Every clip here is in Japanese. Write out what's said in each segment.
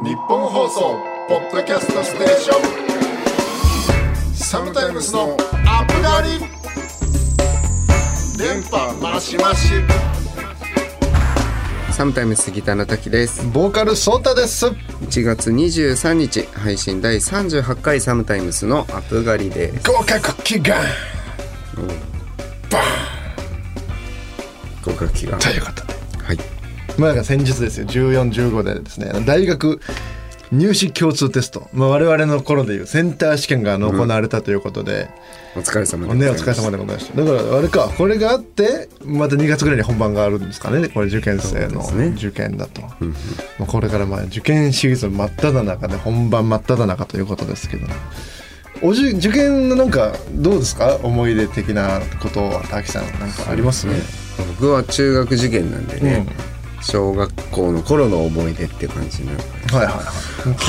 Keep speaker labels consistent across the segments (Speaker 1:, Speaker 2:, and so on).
Speaker 1: 日本放送ポッドキャストステーションサムタイムスのアップガリ電波マシマシ。
Speaker 2: サムタイムスギターの滝です。
Speaker 1: ボーカルソータです。
Speaker 2: 1月23日配信第38回サムタイムスのアップガリです。
Speaker 1: 合格祈願、バ
Speaker 2: 合格祈願
Speaker 1: ーンということで、
Speaker 2: はい。
Speaker 1: だから先日ですよ、14、15でですね、大学入試共通テスト、我々の頃でいうセンター試験が行われたということで、
Speaker 2: お疲れ様でござい
Speaker 1: ね、お
Speaker 2: ました。
Speaker 1: 疲れ様でございました。だからあれか、これがあってまた2月ぐらいに本番があるんですかね、これ受験生の受験だと、これから受験シーズン真っ只中で本番真っ只中ということですけど、受験のなんかどうですか、思い出的なことは滝さんなんかありますね。
Speaker 2: 僕は中学受験なんでね、小学校の頃の思い出って感じになるから、
Speaker 1: はいはいはい、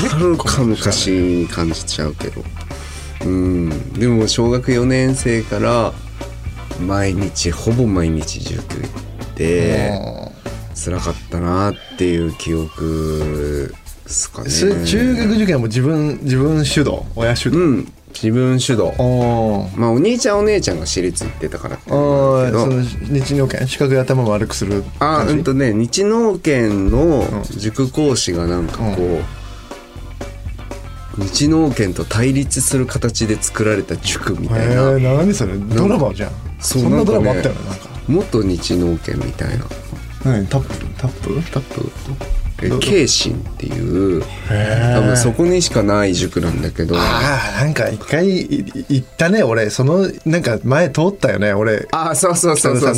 Speaker 2: はるか昔に感じちゃうけど、でも小学4年生からほぼ毎日塾行って辛かったなっていう記憶ですかね。
Speaker 1: 中学受験はもう自分主導、親主導、
Speaker 2: 自分主導。お兄ちゃんお姉ちゃんが私立行ってたからってのだけど、
Speaker 1: その日農研資格で頭悪くする感じ。
Speaker 2: 日農研の塾講師がなんかこう、日農研と対立する形で作られた塾みたいな。
Speaker 1: 何それ、ドラマじゃん。そんなドラマあったよね。なんか
Speaker 2: 元日農研みたいな。
Speaker 1: タップ
Speaker 2: 慶心っていう多分そこにしかない塾なんだけど、
Speaker 1: なんか一回行ったね、俺。そのなんか前通ったよね、俺。
Speaker 2: そう北田さんの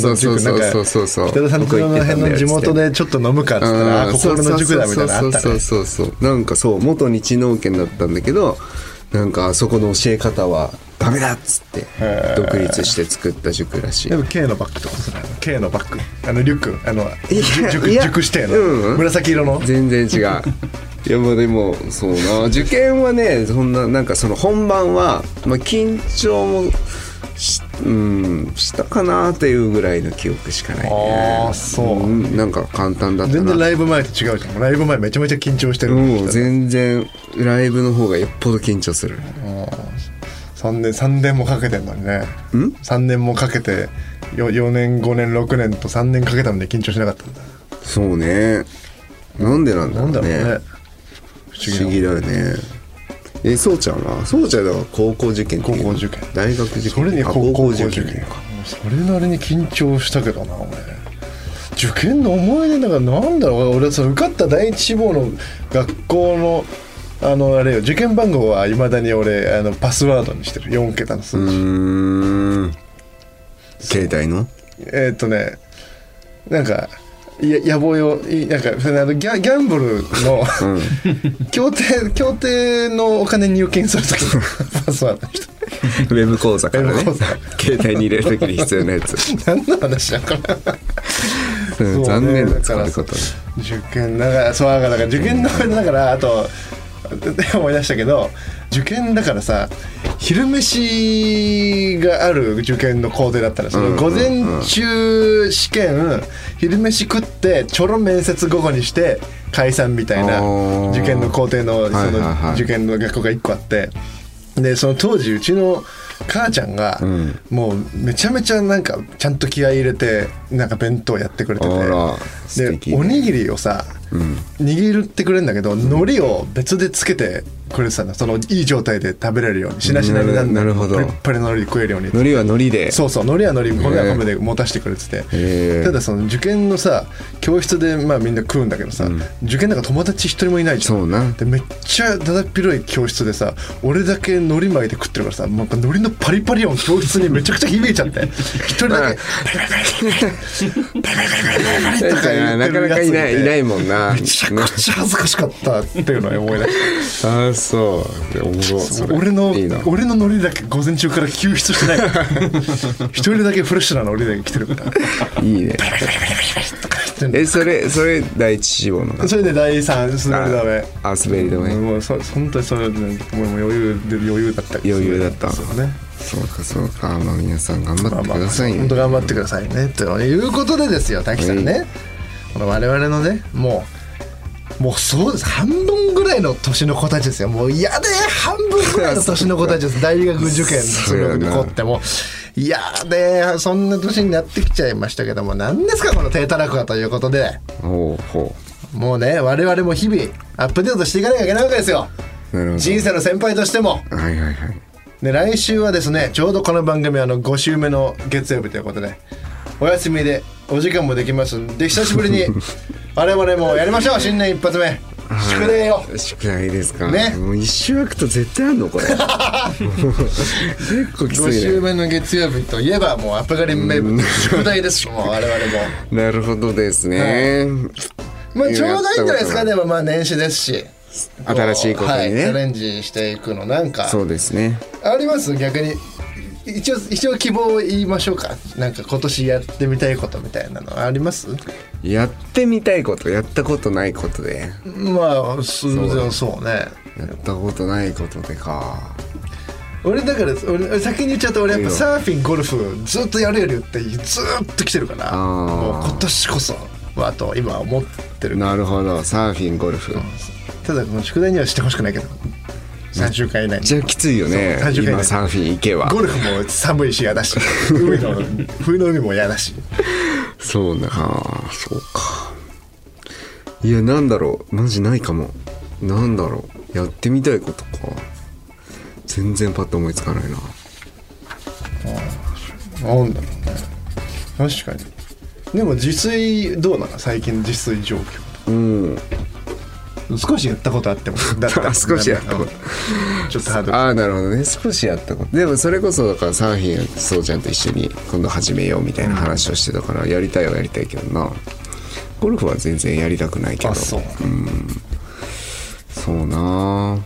Speaker 1: 辺の地元でちょっと飲むかっつったら、ここの塾だみたいなのあったね。
Speaker 2: なんか元日農研だったんだけど、なんかあそこの教え方はダメだっつって独立して作った塾らしい。
Speaker 1: でも K のバッグとかする、K のバッグ、リュック、塾指定の紫色の。
Speaker 2: 全然違う。いやでもそうな、受験はね、そんななんかその本番は緊張もしたかなっていうぐらいの記憶しかないね。なんか簡単だったな。
Speaker 1: 全然ライブ前と違うじゃん。ライブ前めちゃめちゃ緊張してる。
Speaker 2: 全然ライブの方がよっぽど緊張する。
Speaker 1: 3年もかけてんのにね。3年もかけて、4年5年6年と3年かけたので緊張しなかったんだ。
Speaker 2: そうね。なんでなんだろうね。不思議だよね。そうちゃんはだから高校受験、大学受験、
Speaker 1: それに高校受験か。それなりに緊張したけどな、俺。受験の思い出だから、なんだろう、俺その受かった第一志望の学校のあれよ、受験番号はいまだに俺パスワードにしてる、4桁の数字。
Speaker 2: 携帯の
Speaker 1: なんか野望用、なんかギャンブルの協定のお金入金するときのパスワードにして
Speaker 2: ウェブ口座からね、携帯に入れるときに必要なやつ。
Speaker 1: 何の話だこれ。
Speaker 2: 残念な使うことね。
Speaker 1: 受験だからだから受験のだから、あと思い出したけど、受験だからさ、昼飯がある受験の工程だったら、その午前中試験、昼飯食ってちょろ面接午後にして解散みたいな受験の工程の、その受験の学校が1個あって、でその当時うちの母ちゃんがもうめちゃめちゃなんかちゃんと気合い入れてなんか弁当やってくれてて、でおにぎりをさ握ってくれるんだけど、海苔を別でつけてくれてたの。そのいい状態で食べれるように、しなしなになんでパリッパリの海苔食えるように。
Speaker 2: 海苔は海苔で、
Speaker 1: そう海苔は海苔、米は米で持たせてくれてて、ただその受験のさ教室でみんな食うんだけどさ、受験なんか友達一人もいないじゃん。でめっちゃだだっ広い教室でさ、俺だけ海苔巻いて食ってるからさ、もう海苔のパリパリ音教室にめちゃくちゃ響いちゃって一人だけ
Speaker 2: なかなかいないもんな。
Speaker 1: めちゃくちゃ恥ずかしかったっていうのを思い出して。
Speaker 2: そうおもろそれ。
Speaker 1: 俺の海苔だけ午前中から救出してないから一人だけフレッシュな海苔だけ来てるからい
Speaker 2: いね。それ第一志望の。
Speaker 1: それで第三滑り止め。
Speaker 2: 滑り止め。
Speaker 1: もう本当にそれもう余裕だった。
Speaker 2: 余裕だった。
Speaker 1: そうね。
Speaker 2: そうか。皆さん頑張ってくださいね。
Speaker 1: 本当頑張ってくださいね。ということでですよ、滝さんね。我々のね、もうそうです、半分ぐらいの年の子たちですよ。もう嫌で半分ぐらいの年の子たちです。大学受験する子っても嫌でそんな年になってきちゃいましたけども、何ですかこの低たらくはということで、もうね我々も日々アップデートしていかなきゃいけないわけですよ。人生の先輩としても。
Speaker 2: はいはいはい。
Speaker 1: で来週はですねちょうどこの番組5週目の月曜日ということでお休みでお時間もできますんで、久しぶりに我々もやりましょう。新年一発目宿題よ。
Speaker 2: 宿題ですか
Speaker 1: ね。
Speaker 2: もう一週空くと絶対あんのこれ結構きついね。
Speaker 1: 5週目の月曜日といえばもうアップガリン名物宿題ですもう我々も。
Speaker 2: なるほどですね、
Speaker 1: まあちょうどいいんじゃないですか。でもまあ年始ですし
Speaker 2: 新しいことにね、
Speaker 1: チャレンジしていくのなんか
Speaker 2: そうですね。
Speaker 1: あります？逆に一応希望を言いましょうか。なんか今年やってみたいことみたいなのあります？
Speaker 2: やってみたいこと、やったことないことで。
Speaker 1: まあそうね。
Speaker 2: やったことないことでか。
Speaker 1: 俺だから俺先に言っちゃうと俺やっぱサーフィンゴルフずっとやるよりってずっと来てるからもう今年こそはと今思ってる。
Speaker 2: なるほど。サーフィンゴルフ、
Speaker 1: ただこの宿題にはしてほしくないけど3週間以内に。
Speaker 2: じゃあきついよね。今サーフィン行けば
Speaker 1: ゴルフも寒いし嫌だし冬の海も嫌だし。
Speaker 2: そうなあ、そうか。いやなんだろう、マジないかも。なんだろう、やってみたいことか。全然パッと思いつかないな。
Speaker 1: なんだろうね。確かに。でも自炊どうなの？最近自炊状況。少しやったことあってもだった
Speaker 2: 少しやったこと
Speaker 1: ちょっとハードル。
Speaker 2: ああなるほどね。少しやったこと。でもそれこそだからサーフィンそうちゃんと一緒に今度始めようみたいな話をしてたから、やりたいはやりたいけどな。ゴルフは全然やりたくないけど。
Speaker 1: そうな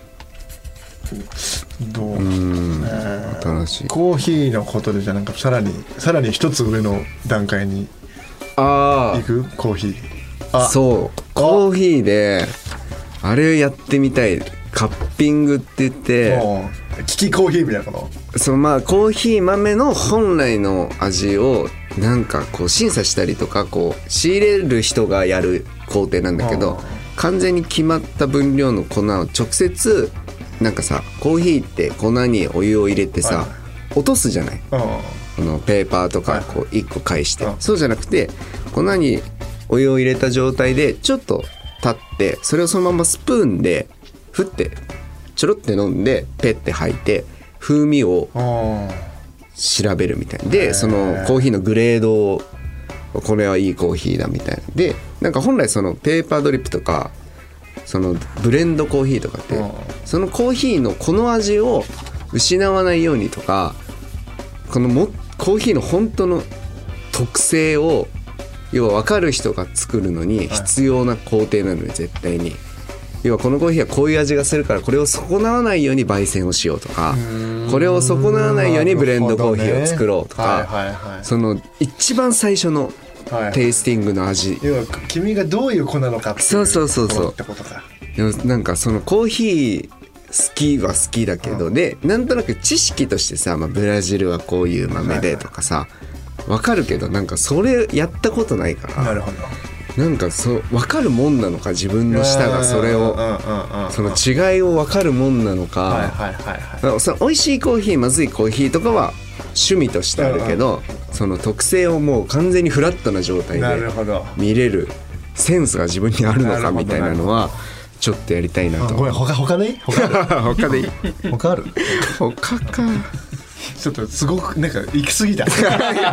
Speaker 1: どう
Speaker 2: 新しい
Speaker 1: コーヒーのことでじゃなんかさらに一つ上の段階に行くコーヒー。
Speaker 2: そうコーヒーであれやってみたい。カッピングって言って
Speaker 1: 利きコーヒーみたいなこと。
Speaker 2: そうまあコーヒー豆の本来の味をなんかこう審査したりとかこう仕入れる人がやる工程なんだけど、完全に決まった分量の粉を直接なんかさコーヒーって粉にお湯を入れてさ、落とすじゃない。このペーパーとかこう1個返して、そうじゃなくて粉にお湯を入れた状態でちょっと立ってそれをそのままスプーンで振ってちょろって飲んでペッて吐いて風味を調べるみたいで、そのコーヒーのグレードをこれはいいコーヒーだみたいなで、なんか本来そのペーパードリップとかそのブレンドコーヒーとかってそのコーヒーのこの味を失わないようにとかこのコーヒーの本当の特性を要は分かる人が作るのに必要な工程なので絶対に要はこのコーヒーはこういう味がするからこれを損なわないように焙煎をしようとかこれを損なわないようにブレンドコーヒーを作ろうとかその一番最初のテイスティングの味
Speaker 1: 要は君がどういう子なのかっていう
Speaker 2: そうってことか。なんかそのコーヒー好きは好きだけどでなんとなく知識としてさ、ブラジルはこういう豆でとかさ分かるけどなんかそれやったことないから
Speaker 1: なるほど
Speaker 2: なんか分かるもんなのか自分の舌がそれをその違いを分かるもんなのかその美味しいコーヒーまずいコーヒーとかは趣味としてあるけどその特性をもう完全にフラットな状態で見れるセンスが自分にあるのかみたいなのはちょっとやりたいなと。
Speaker 1: ごめん他でいい
Speaker 2: 他でいい
Speaker 1: 他ある
Speaker 2: 他か
Speaker 1: ちょっとすごくなんか行き過ぎた行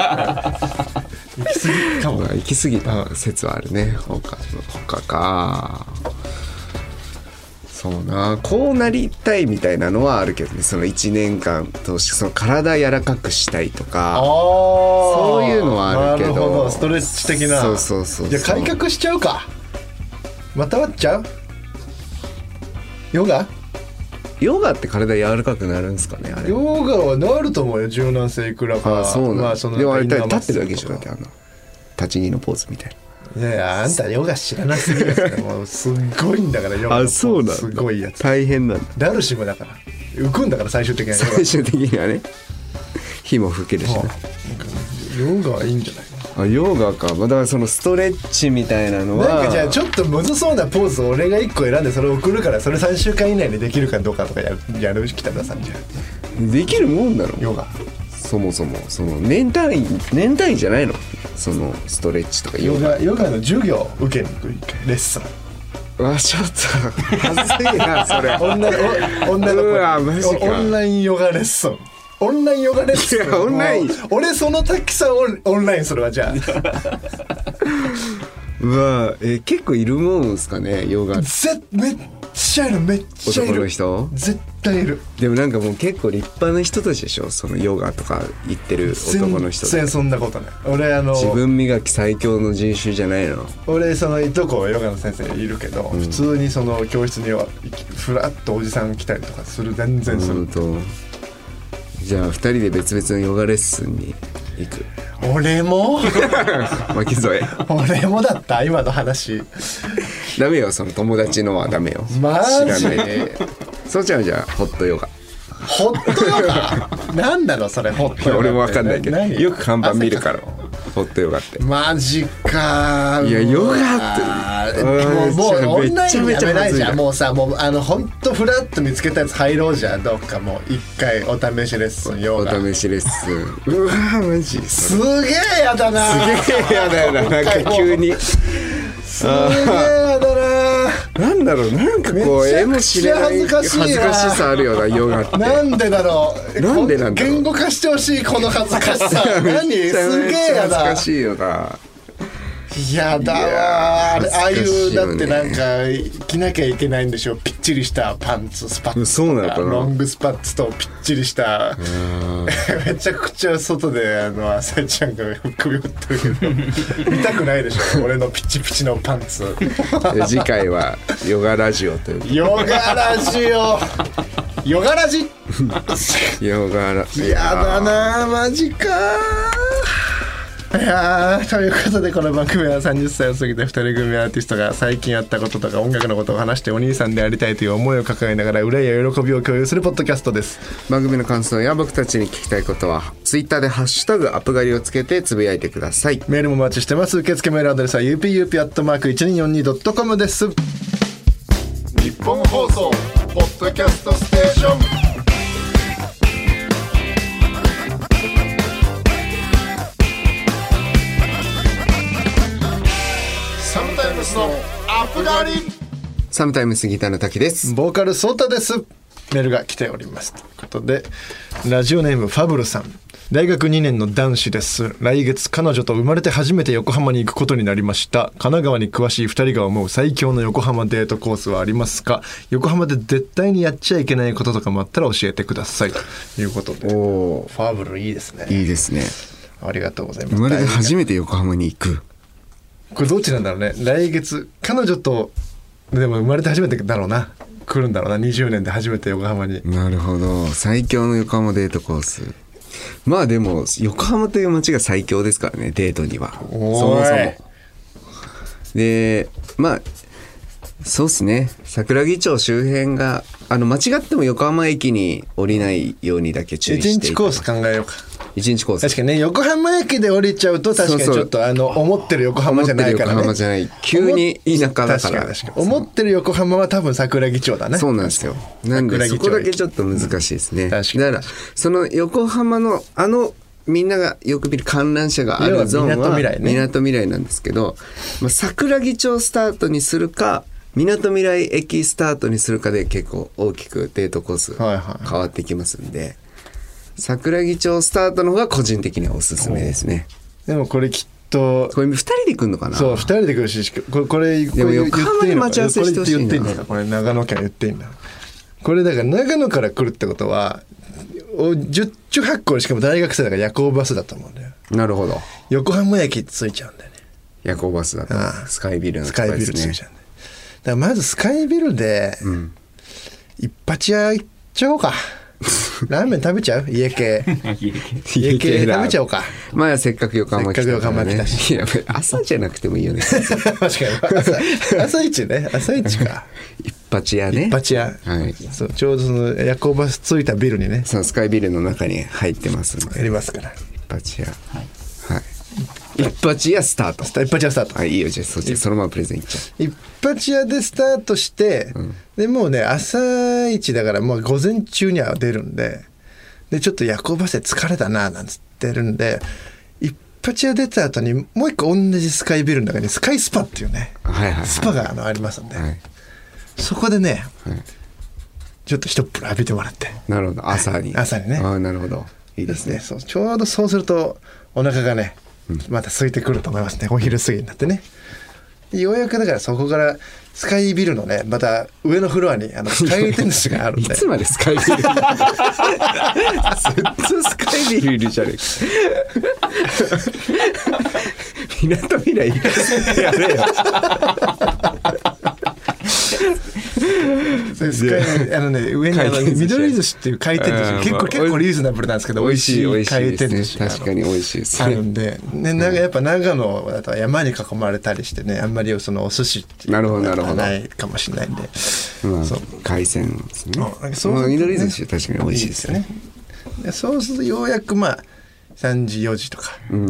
Speaker 1: き過ぎかも。
Speaker 2: 行き過ぎた説はあるね。他かそうなこうなりたいみたいなのはあるけどね。その1年間通してその体柔らかくしたいとかそういうのはあるけど。
Speaker 1: なるほどストレッチ的な。
Speaker 2: そう
Speaker 1: じゃあ改革しちゃうか。また割っちゃうヨガって
Speaker 2: 体柔らかくなるんですかね。あれ
Speaker 1: ヨガはなると思うよ。柔軟性いくらか。
Speaker 2: そうなん、でもあれ立ってるだけでしょ。
Speaker 1: だ
Speaker 2: って立ち木のポーズみたい
Speaker 1: な。いやあんたヨガ知らなすぎるやつもうすっごいんだからヨガのポーズ。
Speaker 2: そうなん
Speaker 1: すごいやつ
Speaker 2: 大変なんだ。
Speaker 1: ダルシムだから浮くんだから最終的には
Speaker 2: ね火も吹けるしね。
Speaker 1: ヨガはいいんじゃない
Speaker 2: ヨガか。だからそのストレッチみたいなのは
Speaker 1: なんかじゃあちょっとむずそうなポーズを俺が1個選んでそれを送るから、それ3週間以内にできるかどうかとかやる北田さんじゃ
Speaker 2: できるもんなの？
Speaker 1: ヨガ
Speaker 2: そもそもその年単位じゃないの？そのストレッチとかヨガ
Speaker 1: の授業を受けに行くレッスン。
Speaker 2: ちょっと恥ずいなそれ。
Speaker 1: 女の子
Speaker 2: マジか。
Speaker 1: オンラインヨガレッスン。オンラインヨガレッスン。
Speaker 2: いやオンライン。
Speaker 1: 俺その滝さんオンラインするわじゃあ。
Speaker 2: 結構いるもんですかねヨガ。
Speaker 1: めっちゃいるめっちゃいる。
Speaker 2: 男の人？
Speaker 1: 絶対いる。
Speaker 2: でもなんかもう結構立派な人たちでしょ、そのヨガとか行ってる男の人。
Speaker 1: 全然そんなことない。俺
Speaker 2: 自分磨き最強の人種じゃないの？
Speaker 1: 俺そのいとこヨガの先生いるけど、普通にその教室にはふらっとおじさん来たりとかする。全然する。
Speaker 2: じゃあ2人で別々のヨガレッスンに行く。
Speaker 1: 俺も
Speaker 2: 巻き添え。
Speaker 1: 俺もだった今の話。
Speaker 2: ダメよその友達のはダメよ。
Speaker 1: マジ？
Speaker 2: 知らないで。そうちゃんじゃあホットヨガ。
Speaker 1: ホットヨガなんだろそれホットヨガ。
Speaker 2: 俺も分かんないけどよく看板見るからホットヨガって。
Speaker 1: マジか。
Speaker 2: いやヨガって
Speaker 1: もうオンラインやめないじゃん。もうさ
Speaker 2: も
Speaker 1: うほんとフラッと見つけたやつ入ろうじゃん。どっかもう一回お試しレッスンヨガ。
Speaker 2: お試しレッスン。うわマジ
Speaker 1: すげえやだな。
Speaker 2: すげえやだよな。なんか急に
Speaker 1: すげえやだな。
Speaker 2: なんだろうなんかこう絵も知れない恥ずかしさあるよなヨガって。
Speaker 1: なんでだろう。
Speaker 2: なんでなんだろう。
Speaker 1: 言語化してほしいこの恥ずかしさ。何すげえやだ。
Speaker 2: 恥ずかしいよな。
Speaker 1: やだわ。ああいうだってなんか着なきゃいけないんでしょ。ぴっちりしたパンツスパッツとかロングスパッツとぴっちりしためちゃくちゃ外で浅井ちゃんが首振ってるけど見たくないでしょ俺のピチピチのパンツ。
Speaker 2: 次回はヨガラジオという
Speaker 1: ヨガラジオヨガラジ
Speaker 2: ヨガラジ
Speaker 1: やだなマジか。いやということでこの番組は30歳を過ぎた2人組アーティストが最近やったこととか音楽のことを話してお兄さんでありたいという思いを抱えながら憂いや喜びを共有するポッドキャストです。
Speaker 2: 番組の感想や僕たちに聞きたいことはツイッターでハッシュタグアップ狩りをつけてつぶやいてください。
Speaker 1: メールもお待ちしてます。受付メールアドレスは upup@1242.com です。日本放送ポッドキャストステーションサムタイムスのアップガリ。
Speaker 2: サムタイムスギターの滝です。
Speaker 1: ボーカルソータです。メールが来ておりますということで、ラジオネームファブルさん。大学2年の男子です。来月彼女と生まれて初めて横浜に行くことになりました。神奈川に詳しい2人が思う最強の横浜デートコースはありますか？横浜で絶対にやっちゃいけないこととかもあったら教えてくださいということで。ファブルいいですね。
Speaker 2: いいですね。
Speaker 1: ありがとうございます。
Speaker 2: 生まれて初めて横浜に行く。
Speaker 1: これどっちなんだろうね。来月彼女とでも生まれて初めてだろうな。来るんだろうな。20年で初めて横浜に。
Speaker 2: なるほど。最強の横浜デートコース。まあでも横浜という街が最強ですからねデートには。そもそもでまあそうっすね。桜木町周辺が間違っても横浜駅に降りないようにだけ注意して
Speaker 1: 1日コース考えようか。
Speaker 2: 1日コース。
Speaker 1: 確かにね横浜駅で降りちゃうと確かにちょっと思ってる横浜じゃないからね。
Speaker 2: 横浜じゃない急に田舎だから。
Speaker 1: 思ってる横浜は多分桜木町だね。
Speaker 2: そうなんですよ。なんでそこだけちょっと難しいですね。だからその横浜のみんながよく見る観覧車があるゾーンはみなとみらいなんですけど、桜木町スタートにするかみなとみらい駅スタートにするかで結構大きくデートコース変わってきますんで、桜木町スタートの方が個人的にはおすすめですね。
Speaker 1: でもこれきっと
Speaker 2: これ2人で来るのかな。そう
Speaker 1: 2人で来るし、これ
Speaker 2: でも横浜に待ち合わせしてほしいな。
Speaker 1: これ言っていいんですか。これ長野県言っていいんだ。これだから長野から来るってことは10中8個しかも大学生だから夜行バスだと思うんだよ。
Speaker 2: なるほど。
Speaker 1: 横浜駅着いちゃうんだよね。
Speaker 2: 夜行バスだとスカイビルの
Speaker 1: スカイビル着いちゃうんだよ。だからまずスカイビルで一発屋行っちゃおうか。ラーメン食べちゃう？家系家系食べちゃおうか。
Speaker 2: まあせっかく横浜来たし、いや朝じゃなくてもいいよね。
Speaker 1: 確かに朝一ね。朝一か。
Speaker 2: 一発屋ね。
Speaker 1: 一発屋、はい、そうちょうどその夜行バス着いたビルにね、
Speaker 2: そのスカイビルの中に入ってますんで
Speaker 1: やりますから。
Speaker 2: 一発屋、はい、
Speaker 1: 一
Speaker 2: 発屋スタート。
Speaker 1: 一発屋スタート。
Speaker 2: はい、いいよ、じゃあそのままプレゼンいっちゃ
Speaker 1: 一発屋でスタートして、でもうね朝一だからもう午前中には出るんで、でちょっと夜行バスで疲れたななんつってるんで、一発屋出た後にもう一個同じスカイビルの中にスカイスパっていうね、スパがありますんで、そこでね、ちょっと一風呂浴びてもらって。
Speaker 2: なるほど、朝に。
Speaker 1: 朝にね。
Speaker 2: ああ、なるほど、いいですね。
Speaker 1: そう、ちょうどそうするとお腹がね、また空いてくると思いますね。お昼過ぎになってね。ようやくだからそこからスカイビルのね、また上のフロアに回転寿司があるんで。
Speaker 2: いつまでスカイビルずっとスカイビルいるじゃねえか。みなとみらいやれよ。
Speaker 1: 上に緑寿司っていう回転寿司、結構リーズナブルなんですけど、美味しい回転寿司が
Speaker 2: 確かに美味しいです
Speaker 1: あるんで、ね、やっぱ長野だと山に囲まれたりしてね、あんまりそのお寿司っていうのがないかもしれないんで、
Speaker 2: 海鮮ですね。緑寿司確かに美味しいですよね。
Speaker 1: そうするとようやく3時4時とか、
Speaker 2: もう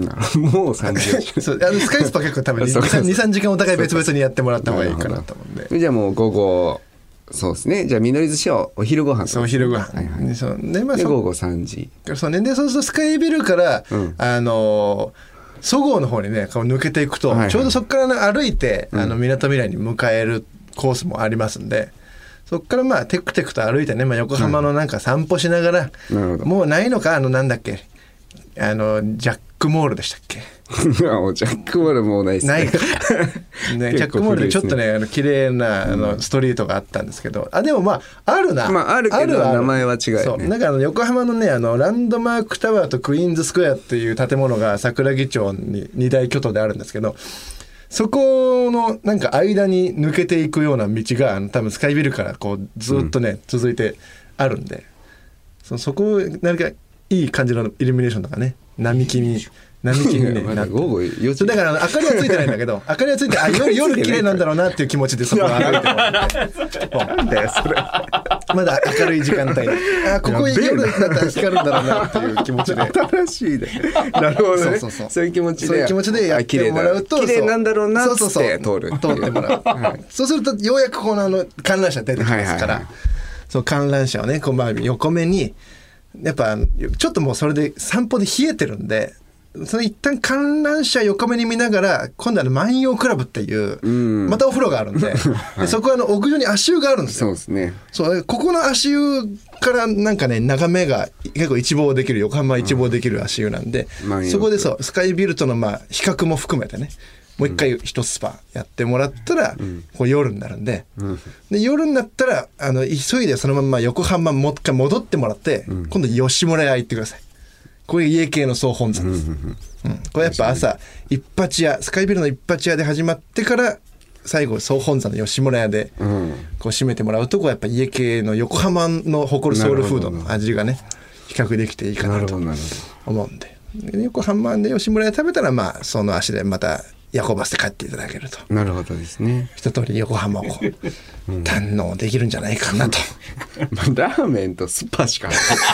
Speaker 2: 3時4時
Speaker 1: そうスカイスパ結構多分 2,3 時間お互い別々にやってもらった方がいいかなと思うんで、
Speaker 2: じゃあもう午後、そうですね、じゃあ緑寿司はお昼ご飯。
Speaker 1: そう、お昼ご飯、で
Speaker 2: 午後3時。
Speaker 1: そうね、でそうするとスカイビルから、そごうの方にねこう抜けていくと、ちょうどそこから、歩いてみなとみらいに迎えるコースもありますんで、そこからテクテクと歩いてね、横浜のなんか散歩しながら、もうないのかなんだっけ、ジャックモールでしたっけ。
Speaker 2: ジャックモールもうないですね。
Speaker 1: ないか、ね、ジャックモールでちょっとね綺麗なストリートがあったんですけど、でもあるな、
Speaker 2: あるけど名前は違うよね。
Speaker 1: そう、なんか横浜のねランドマークタワーとクイーンズスクエアっていう建物が桜木町に二大巨頭であるんですけど、そこのなんか間に抜けていくような道が多分スカイビルからこうずっとね、続いてあるんで、そこ何かいい感じのイルミネーションとかね、並木にね
Speaker 2: 午後4時
Speaker 1: だから明かりはついてないんだけど、明かりはついて夜綺麗なんだろうなっていう気持ちでそこを歩いてもらってなんだよそれまだ明るい時間帯でここ夜だったら光るんだろうなっていう気持ちで
Speaker 2: 新しいね。なるほどね。そういう気持ちでやってもらうと綺麗なんだろうなって通ってもらう。そうするとようやくこの観覧車出てきますから、そう観覧車をねこう横目にやっぱちょっともうそれで散歩で冷えてるんで、その一旦観覧車横目に見ながら今度は万葉クラブっていうまたお風呂があるんで、でそこは屋上に足湯があるんですよ。 そうですね。
Speaker 1: そうここの足湯からなんかね眺めが結構一望できる、横浜一望できる足湯なんで、そこでスカイビルとの比較も含めてね、もう一回一スパやってもらったら、こう夜になるんで、で夜になったら急いでそのまま横浜もう一回戻ってもらって、今度吉村屋行ってください。これ家系の総本山です、これやっぱ朝一発屋、スカイビルの一発屋で始まってから最後総本山の吉村屋でこう締めてもらうと、こうやっぱ家系の横浜の誇るソウルフードの味がね比較できていいかなと思うんで、横浜で吉村屋食べたらその足でまた夜行バスで帰っていただけると。
Speaker 2: なるほどですね。
Speaker 1: 一通り横浜を堪能できるんじゃないかなと
Speaker 2: ラーメンとスパしか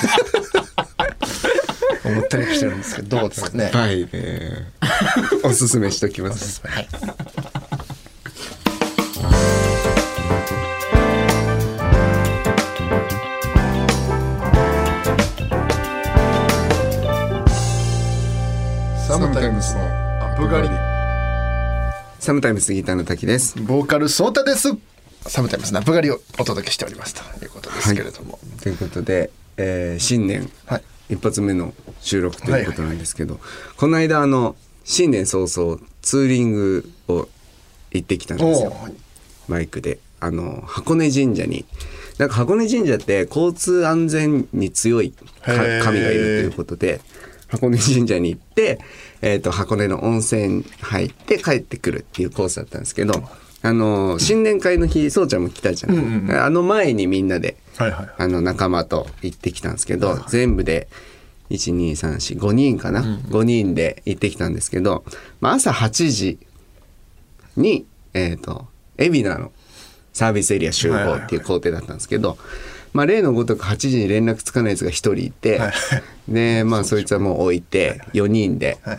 Speaker 1: 思ったりしてるんですけど、どうですかね。
Speaker 2: はい、おすすめしときます。
Speaker 1: はい。サムタイムスのアップガリ。
Speaker 2: サムタイムスギターの滝です。
Speaker 1: ボーカルソータです。サムタイムスのアップガリをお届けしておりますということですけれども、
Speaker 2: ということで、新年、一発目の収録ということなんですけど、この間新年早々ツーリングを行ってきたんですよ、バイクで。箱根神社に、なんか箱根神社って交通安全に強い神がいるということで箱根神社に行って、箱根の温泉入って帰ってくるっていうコースだったんですけど、新年会の日そうちゃんも来たじゃん、前にみんなで、仲間と行ってきたんですけど、全部で1,2,3,4,5人かな、5人で行ってきたんですけど、朝8時に海老名のサービスエリア集合っていう工程だったんですけど、例のごとく8時に連絡つかないやつが1人いて、でそいつはもう置いて4人で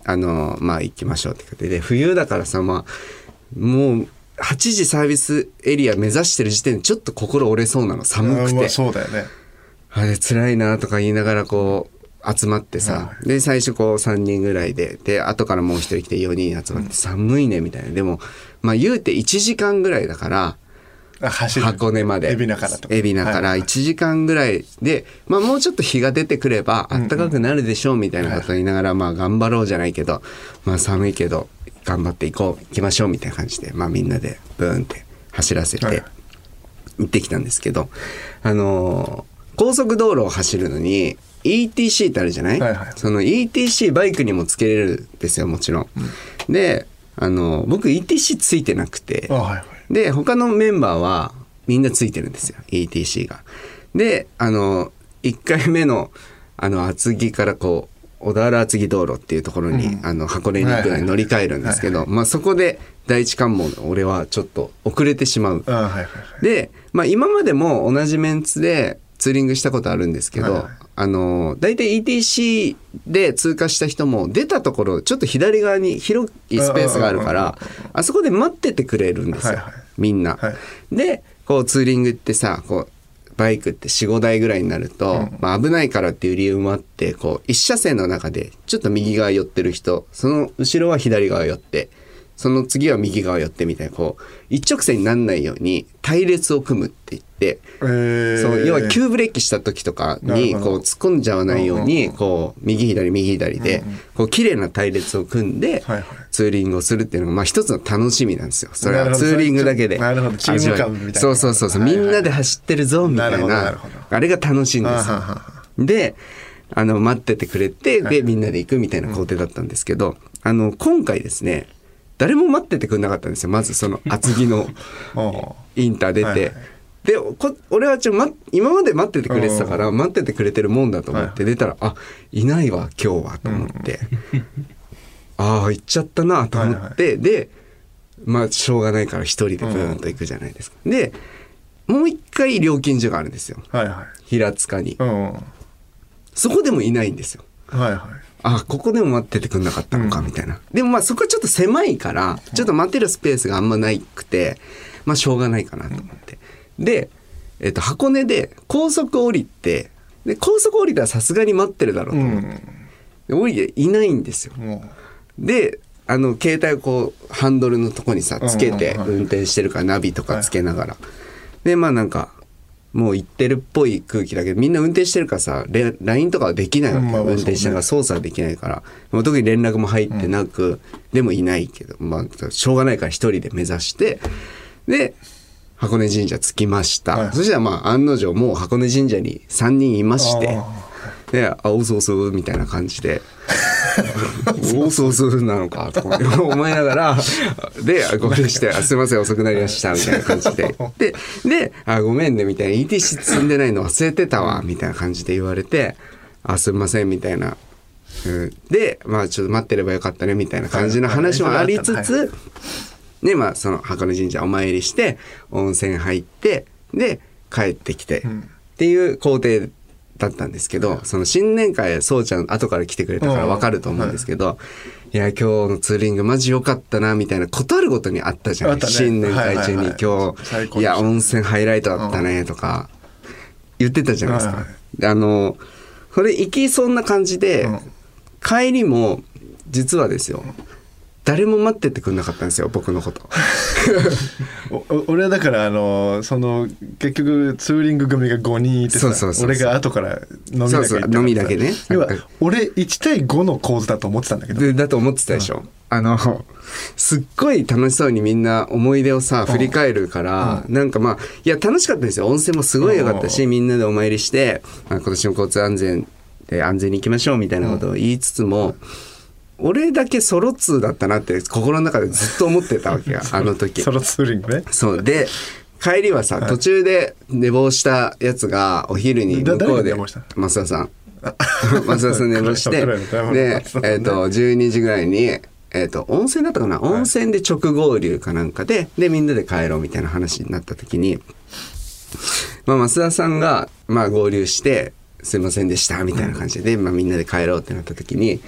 Speaker 2: まあ行きましょうってことで、冬だからさ、まあもう8時サービスエリア目指してる時点でちょっと心折れそうなの、寒くて。
Speaker 1: まあそうだよね。
Speaker 2: あれ辛いなとか言いながらこう集まってさ、で最初こう3人ぐらいで後からもう1人来て4人集まって、寒いねみたいな。でもまあ言うて1時間ぐらいだから箱根まで
Speaker 1: 海老名からとか、
Speaker 2: 海老名から1時間ぐらいで、まあもうちょっと日が出てくれば暖かくなるでしょうみたいなことを言いながら、まあ頑張ろうじゃないけど、まあ寒いけど頑張って行きましょうみたいな感じで、まあみんなでブーンって走らせて行ってきたんですけど、高速道路を走るのに ETC ってあるじゃない、その ETC バイクにもつけれるんですよ、もちろん。で僕 ETC ついてなくて、で他のメンバーはみんなついてるんですよ ETC が。で1回目の厚木からこう小田原厚木道路っていうところに、箱根に行くのに乗り換えるんですけど、まあそこで第一関門俺はちょっと遅れてしまう。で、まあ今までも同じメンツでツーリングしたことあるんですけど、だいたい ETC で通過した人も出たところちょっと左側に広いスペースがあるから、あそこで待っててくれるんですよ、みんな。でこうツーリングってさ、こうバイクって 4,5 台ぐらいになると、まあ、危ないからっていう理由もあって、こう一車線の中でちょっと右側寄ってる人、その後ろは左側寄って、その次は右側寄ってみたいな、こう一直線になんないように隊列を組むって言って、そう要は急ブレーキした時とかにこう突っ込んじゃわないように、こう右左右左でこう綺麗な隊列を組んでツーリングをするっていうのがまあ一つの楽しみなんですよ。それはツーリングだけで。
Speaker 1: なるほど、チーム感みたいな。
Speaker 2: そう、みんなで走ってるぞみたいな、あれが楽しいんですよ。で待っててくれて、でみんなで行くみたいな工程だったんですけど、今回ですね、誰も待っててくれなかったんですよ。まずその厚木のインター出て、で俺は今まで待っててくれてたから、待っててくれてるもんだと思って出たら、いないわ今日はと思って、行っちゃったなと思って、でまあしょうがないから一人でブーンと行くじゃないですか。でもう一回料金所があるんですよ、平塚に。そこでもいないんですよ。ここでも待っててくんなかったのかみたいな。でもまあそこはちょっと狭いからちょっと待てるスペースがあんまないくて、まあしょうがないかなと思って、で、箱根で高速降りて、で高速降りたらさすがに待ってるだろうと思って、で降りていないんですよ。で携帯をこうハンドルのとこにさつけて運転してるから、ナビとかつけながら、でまあなんかもう行ってるっぽい空気だけど、みんな運転してるからさ LINE とかはできないわけ、運転しながら操作はできないから、もう特に連絡も入ってなく、でもいないけど、まあしょうがないから一人で目指して、で箱根神社着きました、そしたらまあ案の定もう箱根神社に3人いまして、でおそうそうみたいな感じでおそうそうなのかとか思いながらで合流してすいません遅くなりましたみたいな感じででごめんねみたいな ETC 積んでないの忘れてたわみたいな感じで言われて、すいませんみたいな、でまあちょっと待ってればよかったねみたいな感じの話もありつつ、でまあその箱根神社お参りして温泉入ってで帰ってきてっていう工程だったんですけど、その新年会そうちゃん後から来てくれたから分かると思うんですけど、いや今日のツーリングマジ良かったなみたいなことあるごとにあったじゃない、新年会中に今日いや温泉ハイライトだったねとか言ってたじゃないですか。それ行きそんな感じで、帰りも実はですよ誰も待っててくんなかったんですよ、僕のこと
Speaker 1: 俺はだからその結局ツーリング組が5人いてさ、俺が後から飲みだけ行って、
Speaker 2: 飲みだけね、
Speaker 1: 要は俺1対5の構図だと思ってたんだけど、
Speaker 2: だと思ってたでしょ、すっごい楽しそうにみんな思い出をさ振り返るから、なんかまあいや楽しかったですよ、温泉もすごい良かったし、みんなでお参りして、今年も交通安全で安全に行きましょうみたいなことを言いつつも、俺だけソロツーだったなって心の中でずっと思ってたわけよあの時
Speaker 1: ソロツーリングね。
Speaker 2: そうで帰りはさ、途中で寝坊したやつがお昼に向こうで増田さん増田さん寝坊してで、12時ぐらいに、温泉だったかな、温泉で直合流かなんかでみんなで帰ろうみたいな話になった時に、増田さんが、合流してすいませんでしたみたいな感じで、みんなで帰ろうってなった時に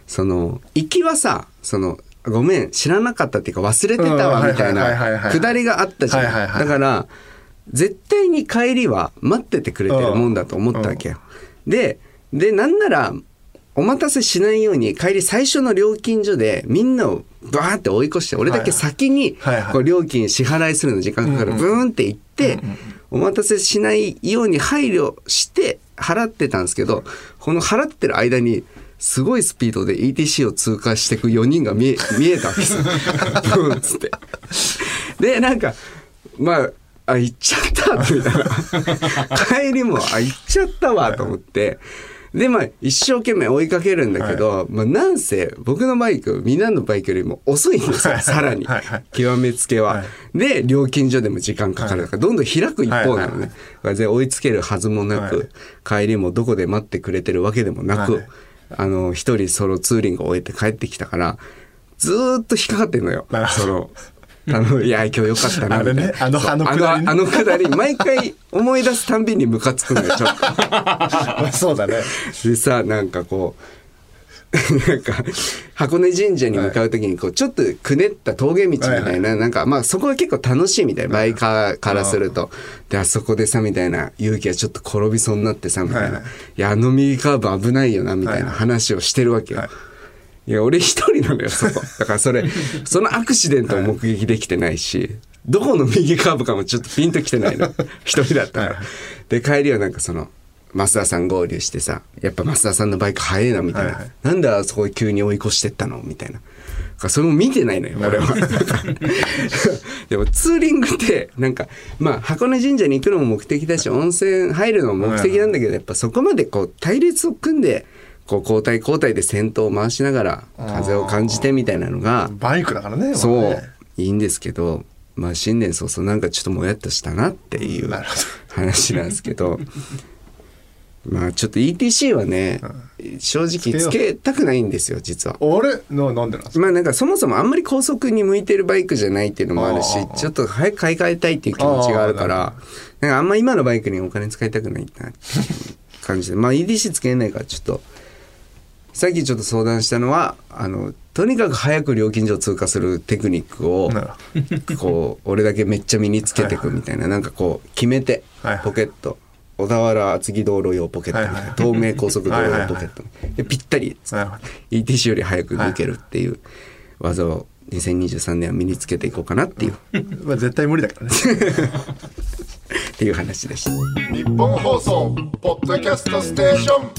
Speaker 2: その行きはさごめん知らなかったっていうか忘れてたわみたいなくだりがあったじゃん。だから絶対に帰りは待っててくれてるもんだと思ったわけよ。でなんならお待たせしないように帰り最初の料金所でみんなをバーって追い越して俺だけ先にこう料金支払いするの時間かかるブーンって行ってお待たせしないように配慮して払ってたんですけど、この払ってる間にすごいスピードで ETC を通過していく4人が見えたわけですよ。ブーンっつってでなんかまあ行っちゃったみたいな帰りも行っちゃったわと思ってでまあ一生懸命追いかけるんだけど、まあ、なんせ僕のバイクみんなのバイクよりも遅いんですよ、さらに極めつけは、で料金所でも時間かかるからどんどん開く一方なのね、全然追いつけるはずもなく、帰りもどこで待ってくれてるわけでもなく、一人ソロツーリングを終えて帰ってきたからずーっと引っかかってんのよ。いや今日よかったなみたいな、あのくだり毎回思い出すたんびにムカつくんだよちょっと
Speaker 1: そうだね。
Speaker 2: でさなんかこうなんか箱根神社に向かう時にこうちょっとくねった峠道みたいな、なんかまあそこは結構楽しいみたいな、バイカーからすると。であそこでさみたいな勇気はちょっと転びそうになってさみたいな、いや右カーブ危ないよなみたいな話をしてるわけよ。いや俺一人なのよそこだからそのアクシデントを目撃できてないし、どこの右カーブかもちょっとピンときてないの一人だったから。で帰りはなんか増田さん合流してさ、やっぱ増田さんのバイク速いなみたいな、なんであそこ急に追い越してったのみたいな、それも見てないのよ俺はでもツーリングってなんかまあ箱根神社に行くのも目的だし温泉入るのも目的なんだけど、やっぱそこまでこう隊列を組んでこう交代で先頭を回しながら風を感じてみたいなのが
Speaker 1: バイクだからね。
Speaker 2: そういいんですけど、まあ新年早々なんかちょっともやっとしたなっていう話なんですけどまあちょっと ETC はね、正直つけたくないんですよ実は。
Speaker 1: なんでなんですか。
Speaker 2: まあなんかそもそもあんまり高速に向いてるバイクじゃないっていうのもあるし、ちょっと早く買い替えたいっていう気持ちがあるから、なんかあんま今のバイクにお金使いたくないなっていう感じで、まあ ETC つけれないからちょっとさっきちょっと相談したのはとにかく早く料金所を通過するテクニックをこう俺だけめっちゃ身につけていくみたいな、なんかこう決めてポケット、小田原厚木道路用ポケットみたいな、東名高速道路用ポケットでぴったり ETC より早く抜けるっていう技を2023年は身につけていこうかなっていう
Speaker 1: まあ絶対無理だからね
Speaker 2: っていう話でした。
Speaker 3: 日本放送ポッドキャストステーション。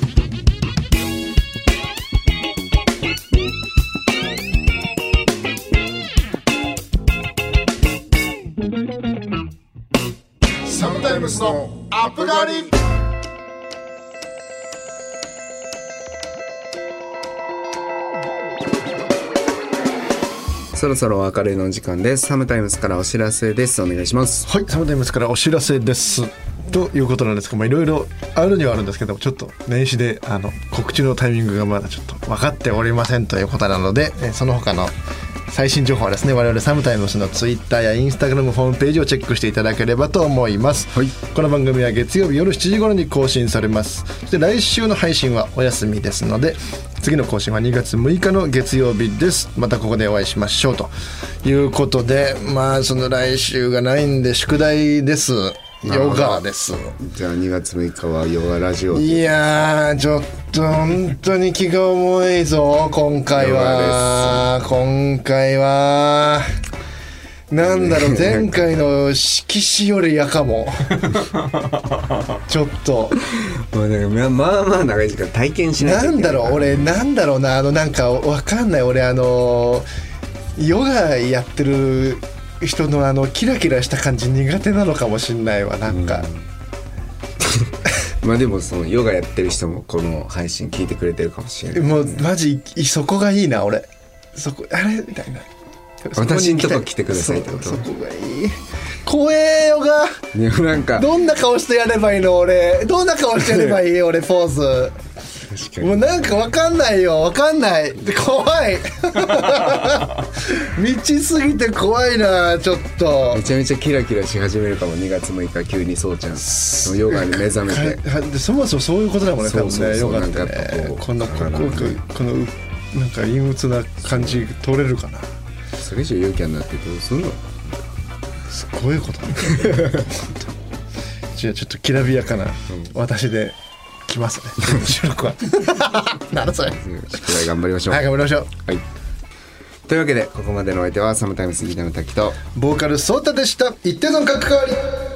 Speaker 3: サムタイムスのアップガリ。
Speaker 2: そろそろお別れの時間です。サムタイムスからお知らせです。お願いします。
Speaker 1: はい、サムタイムスからお知らせですということなんですが、いろいろあるにはあるんですけども、ちょっと年始で告知のタイミングがまだちょっと分かっておりませんということなので、その他の最新情報はですね、我々サムタイムスのツイッターやインスタグラムホームページをチェックしていただければと思います、はい、この番組は月曜日夜7時頃に更新されます。そして来週の配信はお休みですので、次の更新は2月6日の月曜日です。またここでお会いしましょうということで、まあその来週がないんで宿題です。ヨガです。
Speaker 2: じゃあ2月6日はヨガラジオ。
Speaker 1: いやーちょっと本当に気が重いぞ今回は。なんだろう前回の色紙よりやかもちょっと
Speaker 2: まあまあ長い時間体験しないといけない。
Speaker 1: なんだろうななんかわかんない俺ヨガやってる人のキラキラした感じ苦手なのかもしんないわなんか、
Speaker 2: まあでもそのヨガやってる人もこの配信聞いてくれてるかもしれない、
Speaker 1: もうマジそこがいいな俺そこあれみたいな
Speaker 2: 私んとこ来てくださいってこと。
Speaker 1: そこがいい。怖えよが。
Speaker 2: いやなんか
Speaker 1: どんな顔してやればいいの俺。どんな顔してやればいい俺ポーズ。
Speaker 2: 確かに
Speaker 1: もうなんかわかんないよ。わかんない。で怖い。道すぎて怖いなちょっと。
Speaker 2: めちゃめちゃキラキラし始めるかも。2月6日急にそうちゃんのヨガに目覚めて。
Speaker 1: でそもそもそういうことだもんね。多分ねヨガって
Speaker 2: なんかやっぱ
Speaker 1: ね。
Speaker 2: こう
Speaker 1: このなんか陰鬱な感じ取れるかな。
Speaker 2: それ以上陽キャになってどうすんの。
Speaker 1: すごいことじゃあちょっときらびやかな私で来ますね収録は。なんだそれ。
Speaker 2: 宿題頑張りましょう。
Speaker 1: はい頑張りましょう。
Speaker 2: はい。というわけでここまでのお相手はサムタイムスギターの滝と
Speaker 1: ボーカルソータでした。一定の角換わり。